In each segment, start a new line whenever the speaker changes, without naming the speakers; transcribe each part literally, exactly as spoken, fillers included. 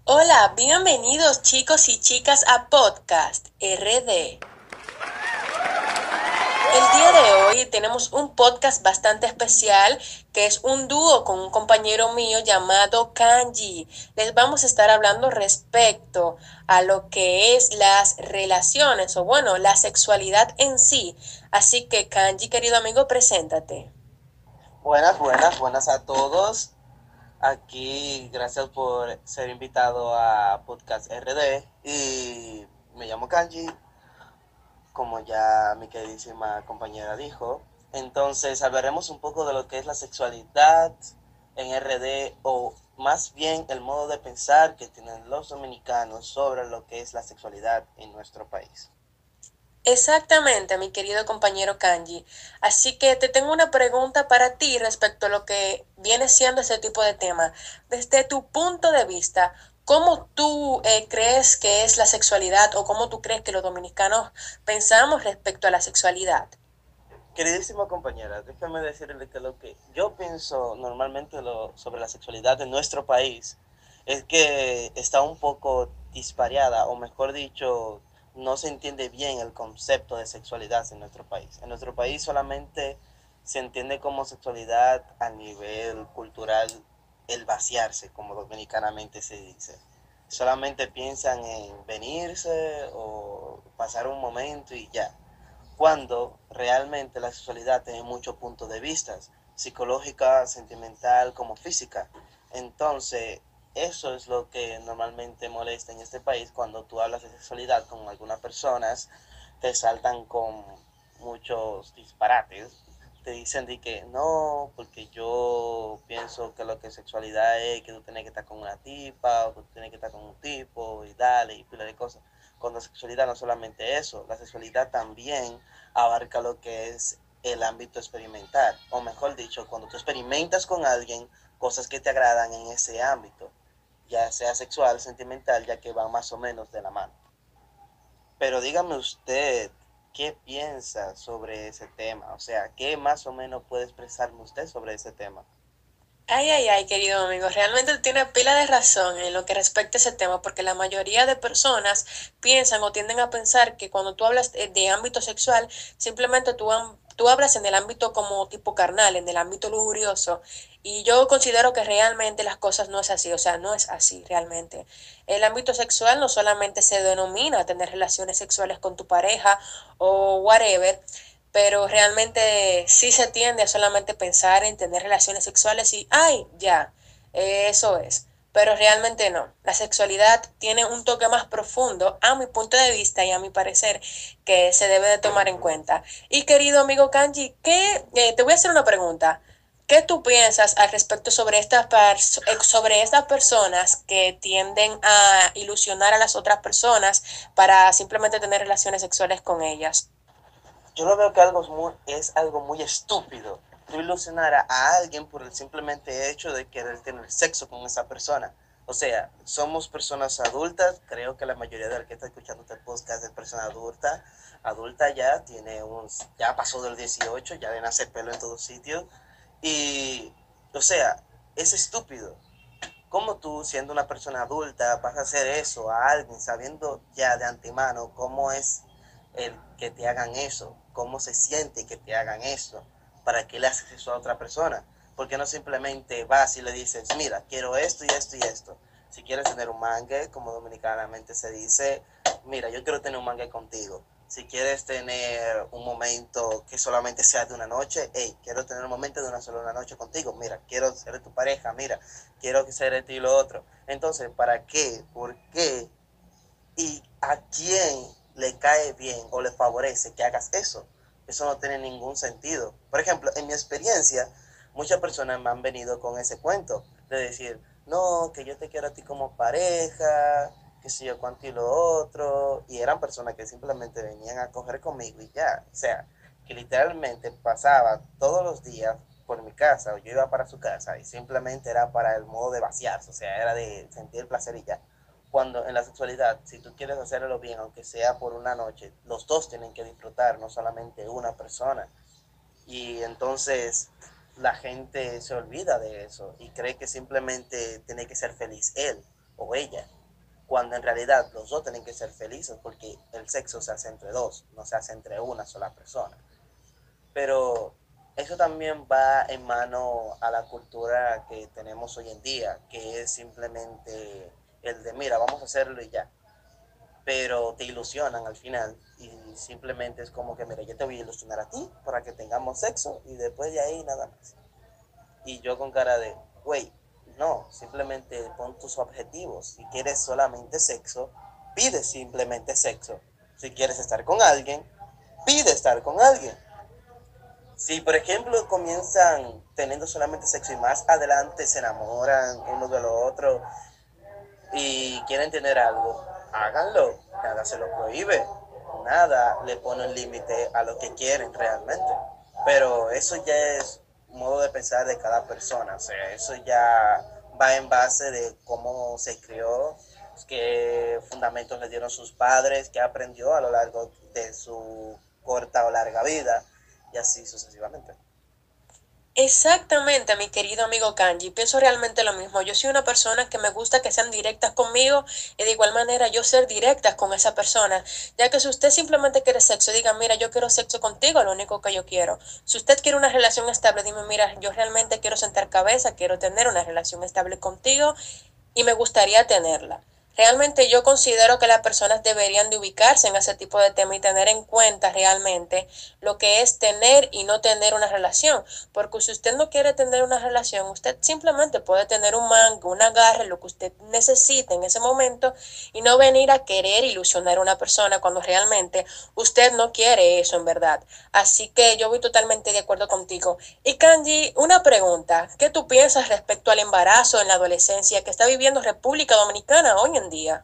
Hola, bienvenidos chicos y chicas a Podcast R D. El día de hoy tenemos un podcast bastante especial que es un dúo con un compañero mío llamado Kanji. Les vamos a estar hablando respecto a lo que es las relaciones o bueno, la sexualidad en sí. Así que Kanji, querido amigo, preséntate.
Buenas, buenas, buenas a todos. Aquí, gracias por ser invitado a Podcast R D. Y me llamo Kanji, como ya mi queridísima compañera dijo. Entonces, hablaremos un poco de lo que es la sexualidad en R D, o más bien el modo de pensar que tienen los dominicanos sobre lo que es la sexualidad en nuestro país.
Exactamente, mi querido compañero Kanji. Así que te tengo una pregunta para ti respecto a lo que viene siendo ese tipo de tema. Desde tu punto de vista, ¿cómo tú eh, crees que es la sexualidad o cómo tú crees que los dominicanos pensamos respecto a la sexualidad?
Queridísima compañera, déjame decirle que lo que yo pienso normalmente lo, sobre la sexualidad en nuestro país es que está un poco dispareada, o mejor dicho, no se entiende bien el concepto de sexualidad en nuestro país. En nuestro país solamente se entiende como sexualidad a nivel cultural el vaciarse, como dominicanamente se dice. Solamente piensan en venirse o pasar un momento y ya, cuando realmente la sexualidad tiene muchos puntos de vista, psicológica, sentimental como física. Entonces, eso es lo que normalmente molesta en este país cuando tú hablas de sexualidad con algunas personas, te saltan con muchos disparates. Te dicen de que no, porque yo pienso que lo que es sexualidad es que tú tienes que estar con una tipa o que tú tienes que estar con un tipo y dale y pila de cosas. Con la sexualidad no solamente eso, la sexualidad también abarca lo que es el ámbito experimental, o mejor dicho, cuando tú experimentas con alguien cosas que te agradan en ese ámbito, ya sea sexual, sentimental, ya que van más o menos de la mano. Pero dígame usted, ¿qué piensa sobre ese tema? O sea, ¿qué más o menos puede expresarme usted sobre ese tema?
Ay, ay, ay, querido amigo, realmente tiene pila de razón en lo que respecta a ese tema, porque la mayoría de personas piensan o tienden a pensar que cuando tú hablas de, de ámbito sexual, simplemente tú, am- tú hablas en el ámbito como tipo carnal, en el ámbito lujurioso, y yo considero que realmente las cosas no es así, o sea, no es así realmente. El ámbito sexual no solamente se denomina tener relaciones sexuales con tu pareja o whatever, pero realmente sí se tiende a solamente pensar en tener relaciones sexuales y, ay, ya, eso es. Pero realmente no. La sexualidad tiene un toque más profundo, a mi punto de vista y a mi parecer, que se debe de tomar en cuenta. Y querido amigo Kanji, ¿qué, eh, te voy a hacer una pregunta. ¿Qué tú piensas al respecto sobre estas, sobre estas personas que tienden a ilusionar a las otras personas para simplemente tener relaciones sexuales con ellas?
Yo lo veo que algo es, muy, es algo muy estúpido. Tú ilusionar a, a alguien por el simplemente hecho de querer tener sexo con esa persona. O sea, somos personas adultas, creo que la mayoría de la que está escuchando este podcast es persona adulta. Adulta ya, tiene unos, ya pasó del dieciocho, ya de nacer pelo en todos sitios. Y, o sea, es estúpido. ¿Cómo tú, siendo una persona adulta, vas a hacer eso a alguien sabiendo ya de antemano cómo es el que te hagan eso, cómo se siente que te hagan eso, para que le haces eso a otra persona? Porque no simplemente vas y le dices, mira, quiero esto y esto y esto. Si quieres tener un mangue, como dominicanamente se dice, mira, yo quiero tener un mangue contigo. Si quieres tener un momento que solamente sea de una noche, hey, quiero tener un momento de una sola una noche contigo, mira, quiero ser tu pareja, mira, quiero que sea esto y lo otro. Entonces, ¿para qué? ¿Por qué? ¿Y a quién le cae bien o le favorece que hagas eso? Eso no tiene ningún sentido. Por ejemplo, en mi experiencia, muchas personas me han venido con ese cuento de decir, no, que yo te quiero a ti como pareja, que si yo cuánto y lo otro, y eran personas que simplemente venían a coger conmigo y ya. O sea, que literalmente pasaba todos los días por mi casa, o yo iba para su casa, y simplemente era para el modo de vaciarse, o sea, era de sentir el placer y ya. Cuando en la sexualidad, si tú quieres hacerlo bien, aunque sea por una noche, los dos tienen que disfrutar, no solamente una persona. Y entonces la gente se olvida de eso y cree que simplemente tiene que ser feliz él o ella. cuando en realidad los dos tienen que ser felices porque el sexo se hace entre dos, no se hace entre una sola persona. Pero eso también va en mano a la cultura que tenemos hoy en día, que es simplemente el de, mira, vamos a hacerlo y ya. Pero te ilusionan al final y simplemente es como que, mira, yo te voy a ilusionar a ti para que tengamos sexo y después de ahí nada más. Y yo con cara de, güey, no, simplemente pon tus objetivos. Si quieres solamente sexo, pide simplemente sexo. Si quieres estar con alguien, pide estar con alguien. Si, por ejemplo, comienzan teniendo solamente sexo y más adelante se enamoran uno de lo otro y quieren tener algo, háganlo. Nada se lo prohíbe. Nada le pone un límite a lo que quieren realmente. Pero eso ya es modo de pensar de cada persona. O sea, eso ya va en base de cómo se crió, qué fundamentos le dieron sus padres, qué aprendió a lo largo de su corta o larga vida y así sucesivamente.
Exactamente, mi querido amigo Kanji. Pienso realmente lo mismo. Yo soy una persona que me gusta que sean directas conmigo y de igual manera yo ser directas con esa persona. Ya que si usted simplemente quiere sexo, diga, mira, yo quiero sexo contigo, lo único que yo quiero. Si usted quiere una relación estable, dime, mira, yo realmente quiero sentar cabeza, quiero tener una relación estable contigo y me gustaría tenerla. Realmente yo considero que las personas deberían de ubicarse en ese tipo de tema y tener en cuenta realmente lo que es tener y no tener una relación. Porque si usted no quiere tener una relación, usted simplemente puede tener un mango, un agarre, lo que usted necesite en ese momento y no venir a querer ilusionar a una persona cuando realmente usted no quiere eso en verdad. Así que yo voy totalmente de acuerdo contigo. Y Kanji, una pregunta. ¿Qué tú piensas respecto al embarazo en la adolescencia que está viviendo República Dominicana hoy en día?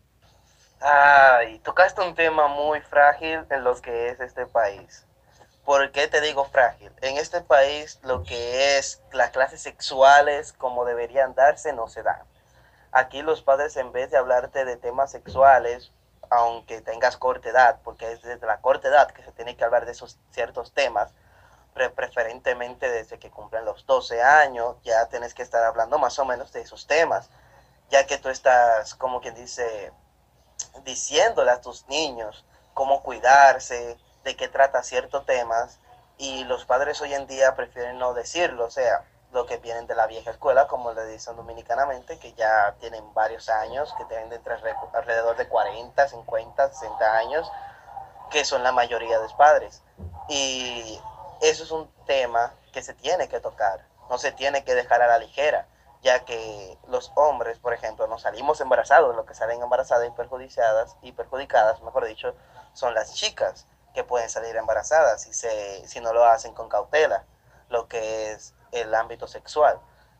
Ay, tocaste un tema muy frágil en lo que es este país. ¿Por qué te digo frágil? En este país lo que es las clases sexuales como deberían darse no se dan. Aquí los padres en vez de hablarte de temas sexuales, aunque tengas corta edad, porque es desde la corta edad que se tiene que hablar de esos ciertos temas, pre preferentemente desde que cumplen los doce años, ya tienes que estar hablando más o menos de esos temas, ya que tú estás, como quien dice, diciéndole a tus niños cómo cuidarse, de qué trata ciertos temas, y los padres hoy en día prefieren no decirlo, o sea, lo que vienen de la vieja escuela, como le dicen dominicanamente, que ya tienen varios años, que tienen de entre alrededor de cuarenta, cincuenta, sesenta años, que son la mayoría de los padres. Y eso es un tema que se tiene que tocar, no se tiene que dejar a la ligera, ya que los hombres, por ejemplo, no salimos embarazados, lo que salen embarazadas y perjudicadas, y perjudicadas, mejor dicho, son las chicas que pueden salir embarazadas si, se, si no lo hacen con cautela, lo que es el ámbito sexual.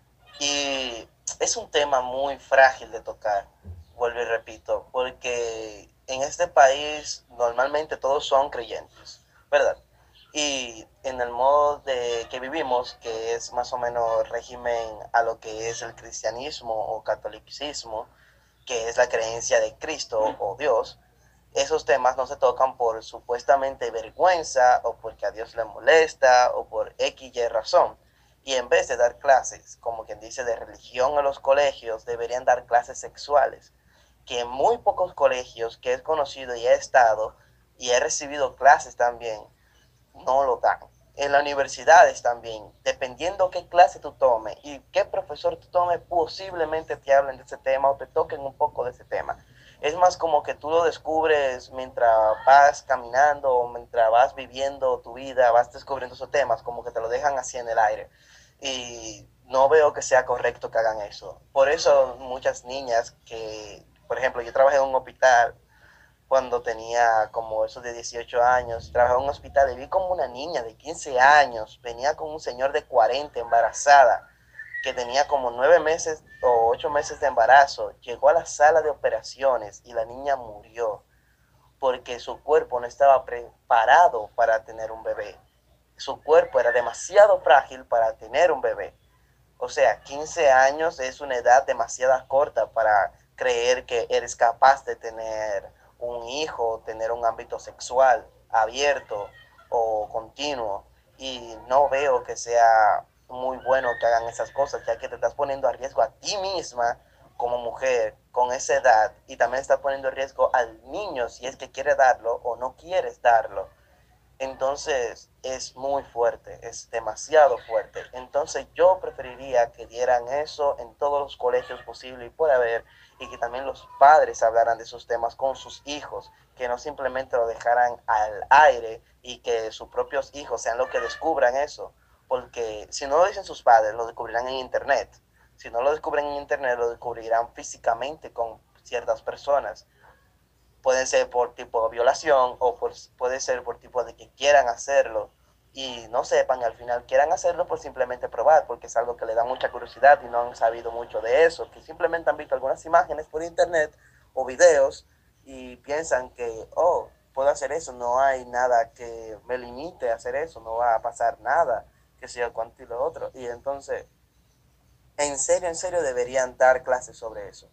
Y es un tema muy frágil de tocar, vuelvo y repito, porque en este país normalmente todos son creyentes, ¿verdad? Y en el modo de que vivimos, que es más o menos régimen a lo que es el cristianismo o catolicismo, que es la creencia de Cristo o Dios, esos temas no se tocan por supuestamente vergüenza o porque a Dios le molesta o por X y razón. Y en vez de dar clases, como quien dice, de religión a los colegios, deberían dar clases sexuales, que en muy pocos colegios que he conocido y he estado y he recibido clases también, no lo dan. En las universidades también, dependiendo qué clase tú tomes y qué profesor tú tomes, posiblemente te hablen de ese tema o te toquen un poco de ese tema. Es más como que tú lo descubres mientras vas caminando o mientras vas viviendo tu vida, vas descubriendo esos temas, como que te lo dejan así en el aire. Y no veo que sea correcto que hagan eso. Por eso muchas niñas que, por ejemplo, yo trabajé en un hospital cuando tenía como esos de dieciocho años, trabajaba en un hospital y vi como una niña de quince años, venía con un señor de cuarenta embarazada, que tenía como nueve meses o ocho meses de embarazo, llegó a la sala de operaciones y la niña murió porque su cuerpo no estaba preparado para tener un bebé. Su cuerpo era demasiado frágil para tener un bebé. O sea, quince años es una edad demasiado corta para creer que eres capaz de tener un hijo, tener un ámbito sexual abierto o continuo. Y no veo que sea muy bueno que hagan esas cosas, ya que te estás poniendo a riesgo a ti misma como mujer con esa edad y también está poniendo en riesgo al niño si es que quiere darlo o no quieres darlo. Entonces es muy fuerte, es demasiado fuerte. Entonces yo preferiría que dieran eso en todos los colegios posibles y por haber, y que también los padres hablaran de esos temas con sus hijos, que no simplemente lo dejaran al aire y que sus propios hijos sean los que descubran eso. Porque si no lo dicen sus padres, lo descubrirán en internet. Si no lo descubren en internet, lo descubrirán físicamente con ciertas personas. Pueden ser por tipo de violación o por, puede ser por tipo de que quieran hacerlo y no sepan y al final quieran hacerlo por simplemente probar, porque es algo que le da mucha curiosidad y no han sabido mucho de eso, que simplemente han visto algunas imágenes por internet o videos y piensan que, oh, puedo hacer eso, no hay nada que me limite a hacer eso, no va a pasar nada, que sea cuanto y lo otro. Y entonces, en serio, en serio deberían dar clases sobre eso.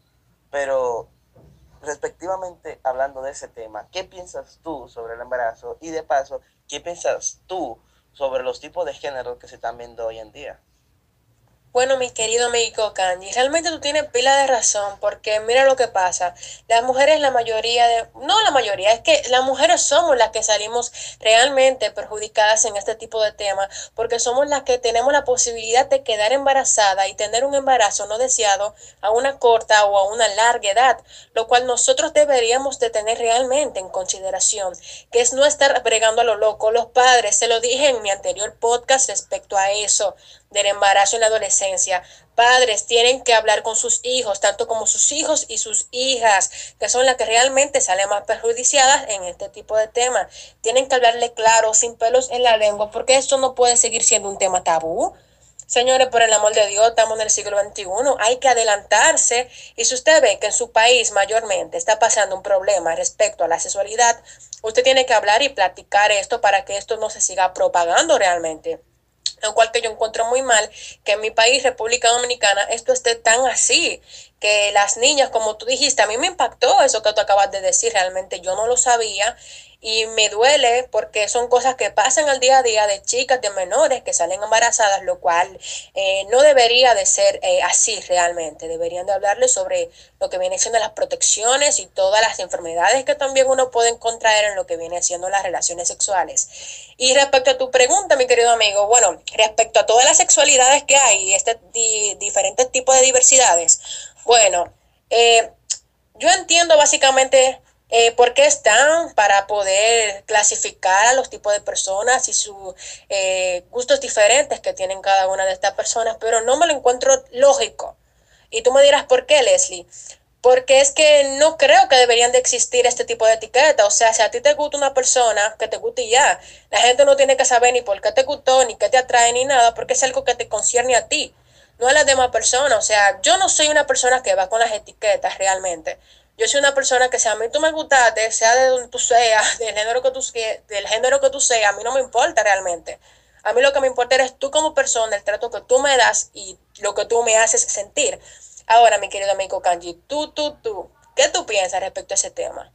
Pero respectivamente hablando de ese tema, ¿qué piensas tú sobre el embarazo? Y de paso, ¿qué piensas tú sobre los tipos de género que se están viendo hoy en día?
Bueno, mi querido amigo Kanji, realmente tú tienes pila de razón, porque mira lo que pasa. Las mujeres, la mayoría de, no la mayoría, es que las mujeres somos las que salimos realmente perjudicadas en este tipo de temas, porque somos las que tenemos la posibilidad de quedar embarazada y tener un embarazo no deseado a una corta o a una larga edad, lo cual nosotros deberíamos de tener realmente en consideración, que es no estar bregando a lo loco. Los padres, se lo dije en mi anterior podcast respecto a eso del embarazo en la adolescencia. Padres tienen que hablar con sus hijos, tanto como sus hijos y sus hijas, que son las que realmente salen más perjudiciadas en este tipo de temas. Tienen que hablarle claro, sin pelos en la lengua, porque esto no puede seguir siendo un tema tabú. Señores, por el amor de Dios, estamos en el siglo veintiuno, hay que adelantarse. Y si usted ve que en su país mayormente está pasando un problema respecto a la sexualidad, usted tiene que hablar y platicar esto para que esto no se siga propagando realmente. Lo cual que yo encuentro muy mal que en mi país, República Dominicana, esto esté tan así, que las niñas, como tú dijiste, a mí me impactó eso que tú acabas de decir, realmente yo no lo sabía y me duele porque son cosas que pasan al día a día de chicas, de menores que salen embarazadas, lo cual eh, no debería de ser eh, así realmente, deberían de hablarles sobre lo que viene siendo las protecciones y todas las enfermedades que también uno puede contraer en lo que viene siendo las relaciones sexuales. Y respecto a tu pregunta, mi querido amigo, bueno, respecto a todas las sexualidades que hay, este di, diferentes tipos de diversidades, bueno, eh, yo entiendo básicamente eh, por qué están para poder clasificar a los tipos de personas y sus eh, gustos diferentes que tienen cada una de estas personas, pero no me lo encuentro lógico. Y tú me dirás por qué, Leslie. Porque es que no creo que deberían de existir este tipo de etiquetas. O sea, si a ti te gusta una persona, que te guste y ya. La gente no tiene que saber ni por qué te gustó, ni qué te atrae, ni nada, porque es algo que te concierne a ti, no a las demás personas. O sea, yo no soy una persona que va con las etiquetas realmente. Yo soy una persona que si a mí tú me gustaste, sea de donde tú seas, del género que tú, del género que tú seas, a mí no me importa realmente. A mí lo que me importa es tú como persona, el trato que tú me das y lo que tú me haces sentir. Ahora, mi querido amigo Kanji, tú, tú, tú, ¿qué tú piensas respecto a ese tema?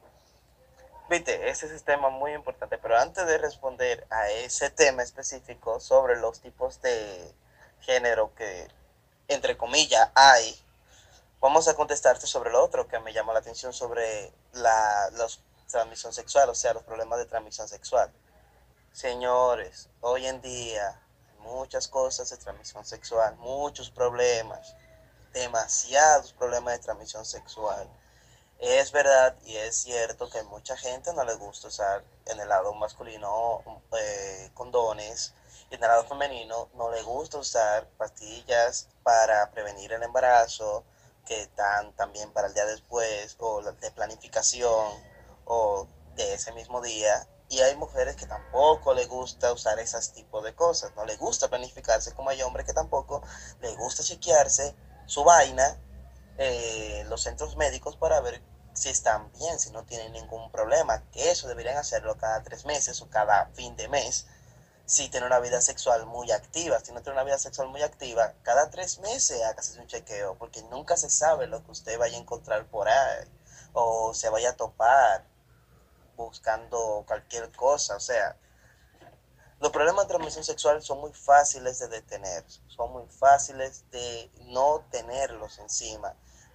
Viste, ese es un tema muy importante, pero antes de responder a ese tema específico sobre los tipos de género que, entre comillas, hay, vamos a contestarte sobre lo otro que me llamó la atención sobre la los, transmisión sexual, o sea, los problemas de transmisión sexual. Señores, hoy en día muchas cosas de transmisión sexual, muchos problemas, demasiados problemas de transmisión sexual. Es verdad y es cierto que a mucha gente no le gusta usar en el lado masculino eh, condones y en el lado femenino no le gusta usar pastillas para prevenir el embarazo que están también para el día después o de planificación o de ese mismo día. Y hay mujeres que tampoco les gusta usar esos tipos de cosas, no les gusta planificarse, como hay hombres que tampoco les gusta chequearse su vaina eh, los centros médicos para ver si están bien, si no tienen ningún problema, que eso deberían hacerlo cada tres meses o cada fin de mes. Si tiene una vida sexual muy activa, si no tiene una vida sexual muy activa, cada tres meses hágase un chequeo, porque nunca se sabe lo que usted vaya a encontrar por ahí o se vaya a topar buscando cualquier cosa. O sea, los problemas de transmisión sexual son muy fáciles de detener, son muy fáciles de no tenerlos encima.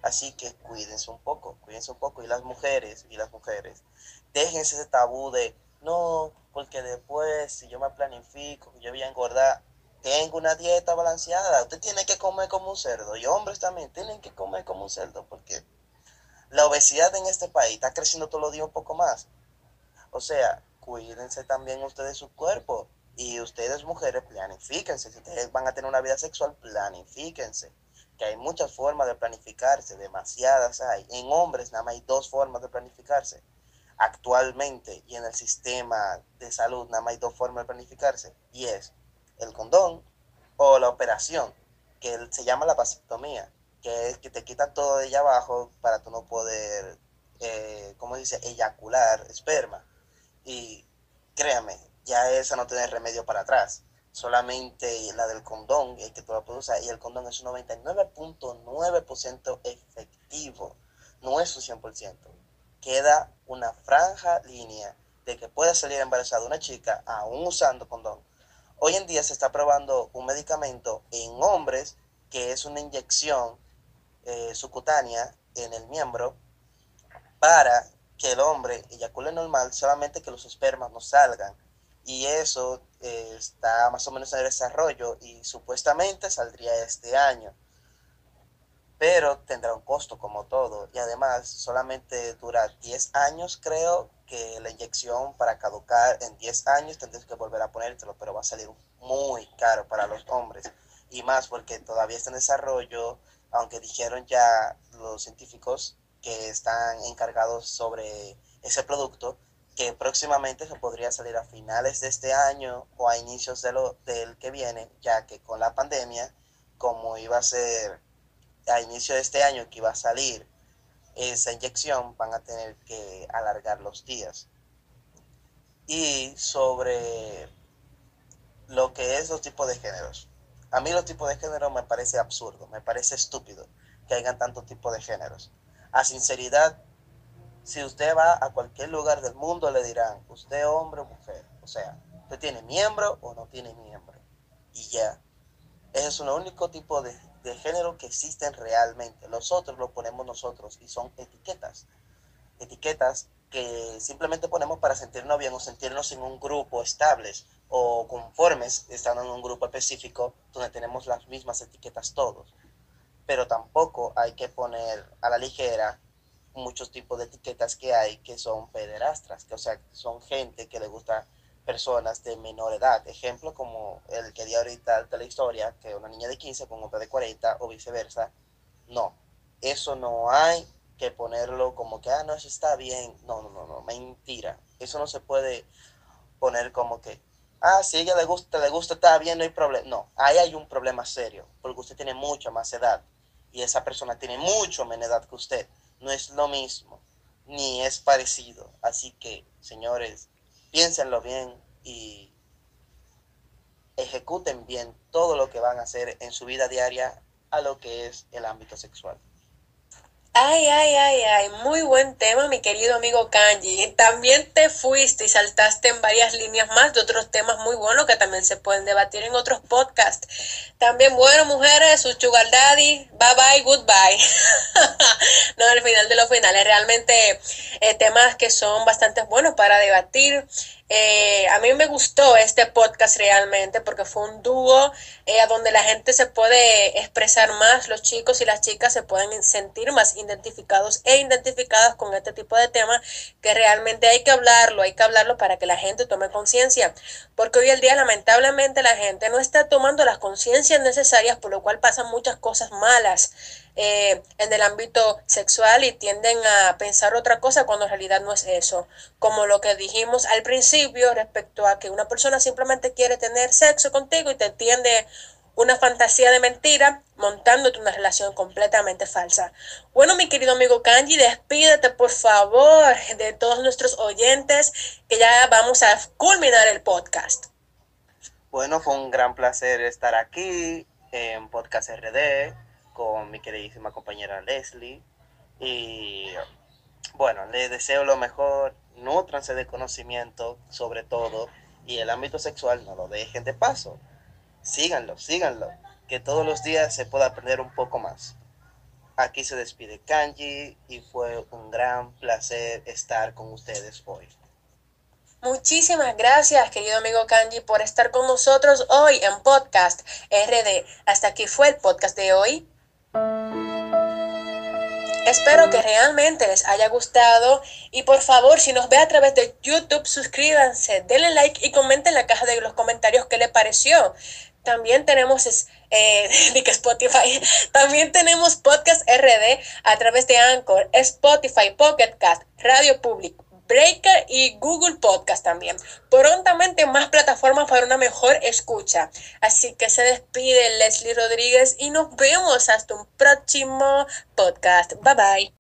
Así que cuídense un poco, cuídense un poco. Y las mujeres, y las mujeres, déjense ese tabú de, no, porque después, si yo me planifico, yo voy a engordar, tengo una dieta balanceada, usted tiene que comer como un cerdo. Y hombres también tienen que comer como un cerdo, porque la obesidad en este país está creciendo todos los días un poco más. O sea, cuídense también ustedes de su cuerpo. Y ustedes, mujeres, planifíquense. Si ustedes van a tener una vida sexual, planifíquense. Que hay muchas formas de planificarse, demasiadas hay. En hombres nada más hay dos formas de planificarse. Actualmente y en el sistema de salud nada más hay dos formas de planificarse. Y es el condón o la operación, que se llama la vasectomía, que es que te quitan todo de allá abajo para tú no poder, eh, ¿cómo dice?, eyacular esperma. Y créame, ya esa no tiene remedio para atrás. Solamente la del condón es que tú la puedes usar. Y el condón es un noventa y nueve punto nueve por ciento efectivo. No es un cien por ciento. Queda una franja línea de que pueda salir embarazada una chica aún usando condón. Hoy en día se está probando un medicamento en hombres que es una inyección eh, subcutánea en el miembro para que el hombre eyacule normal, solamente que los espermas no salgan. Y eso eh, está más o menos en el desarrollo y supuestamente saldría este año. Pero tendrá un costo como todo. Y además solamente dura diez años, creo, que la inyección para caducar en diez años tendrás que volver a ponértelo, pero va a salir muy caro para los hombres. Y más porque todavía está en desarrollo, aunque dijeron ya los científicos que están encargados sobre ese producto, que próximamente se podría salir a finales de este año o a inicios de lo, del que viene, ya que con la pandemia, como iba a ser a inicio de este año que iba a salir esa inyección, van a tener que alargar los días. Y sobre lo que es los tipos de géneros. A mí los tipos de género me parece absurdo, me parece estúpido que hayan tantos tipos de géneros. A sinceridad, si usted va a cualquier lugar del mundo le dirán, usted hombre o mujer. O sea, usted tiene miembro o no tiene miembro. Y ya. Ese es el único tipo de, de género que existen realmente. Los otros los ponemos nosotros y son etiquetas. Etiquetas que simplemente ponemos para sentirnos bien o sentirnos en un grupo estables o conformes estando en un grupo específico donde tenemos las mismas etiquetas todos. Pero tampoco hay que poner a la ligera muchos tipos de etiquetas que hay que son pederastras, que o sea, son gente que le gusta personas de menor edad. Ejemplo como el que di ahorita de la historia, que una niña de quince con un hombre de cuarenta o viceversa. No, eso no hay que ponerlo como que, ah, no, eso está bien. No, no, no, no, mentira. Eso no se puede poner como que, ah, si a ella le gusta, le gusta, está bien, no hay problema. No, ahí hay un problema serio, porque usted tiene mucha más edad y esa persona tiene mucho menos edad que usted. No es lo mismo, ni es parecido. Así que, señores, piénsenlo bien y ejecuten bien todo lo que van a hacer en su vida diaria a lo que es el ámbito sexual.
Ay, ay, ay, ay, muy buen tema, mi querido amigo Kanji. También te fuiste y saltaste en varias líneas más de otros temas muy buenos que también se pueden debatir en otros podcasts. También, bueno, mujeres, su sugar daddy, bye bye, goodbye. No, al final de los finales, realmente eh, temas que son bastante buenos para debatir. Eh, a mí me gustó este podcast realmente porque fue un dúo eh, donde la gente se puede expresar más, los chicos y las chicas se pueden sentir más identificados e identificadas con este tipo de temas que realmente hay que hablarlo, hay que hablarlo para que la gente tome conciencia, porque hoy en día lamentablemente la gente no está tomando las conciencias necesarias, por lo cual pasan muchas cosas malas eh, en el ámbito sexual y tienden a pensar otra cosa cuando en realidad no es eso, como lo que dijimos al principio respecto a que una persona simplemente quiere tener sexo contigo y te tiende una fantasía de mentira montándote una relación completamente falsa. Bueno, mi querido amigo Kanji, despídete por favor de todos nuestros oyentes que ya vamos a culminar el podcast.
Bueno, fue un gran placer estar aquí en Podcast R D con mi queridísima compañera Leslie. Y bueno, les deseo lo mejor, nútranse de conocimiento sobre todo, y el ámbito sexual no lo dejen de paso. Síganlo, síganlo, que todos los días se pueda aprender un poco más. Aquí se despide Kanji y fue un gran placer estar con ustedes hoy.
Muchísimas gracias, querido amigo Kanji, por estar con nosotros hoy en Podcast R D. Hasta aquí fue el podcast de hoy. Espero que realmente les haya gustado y por favor, si nos ve a través de YouTube, suscríbanse, denle like y comenten en la caja de los comentarios qué les pareció. También tenemos eh, Spotify, también tenemos Podcast R D a través de Anchor, Spotify, Pocket Cast, Radio Public, Breaker y Google Podcast también. Prontamente más plataformas para una mejor escucha. Así que se despide Leslie Rodríguez y nos vemos hasta un próximo podcast. Bye bye.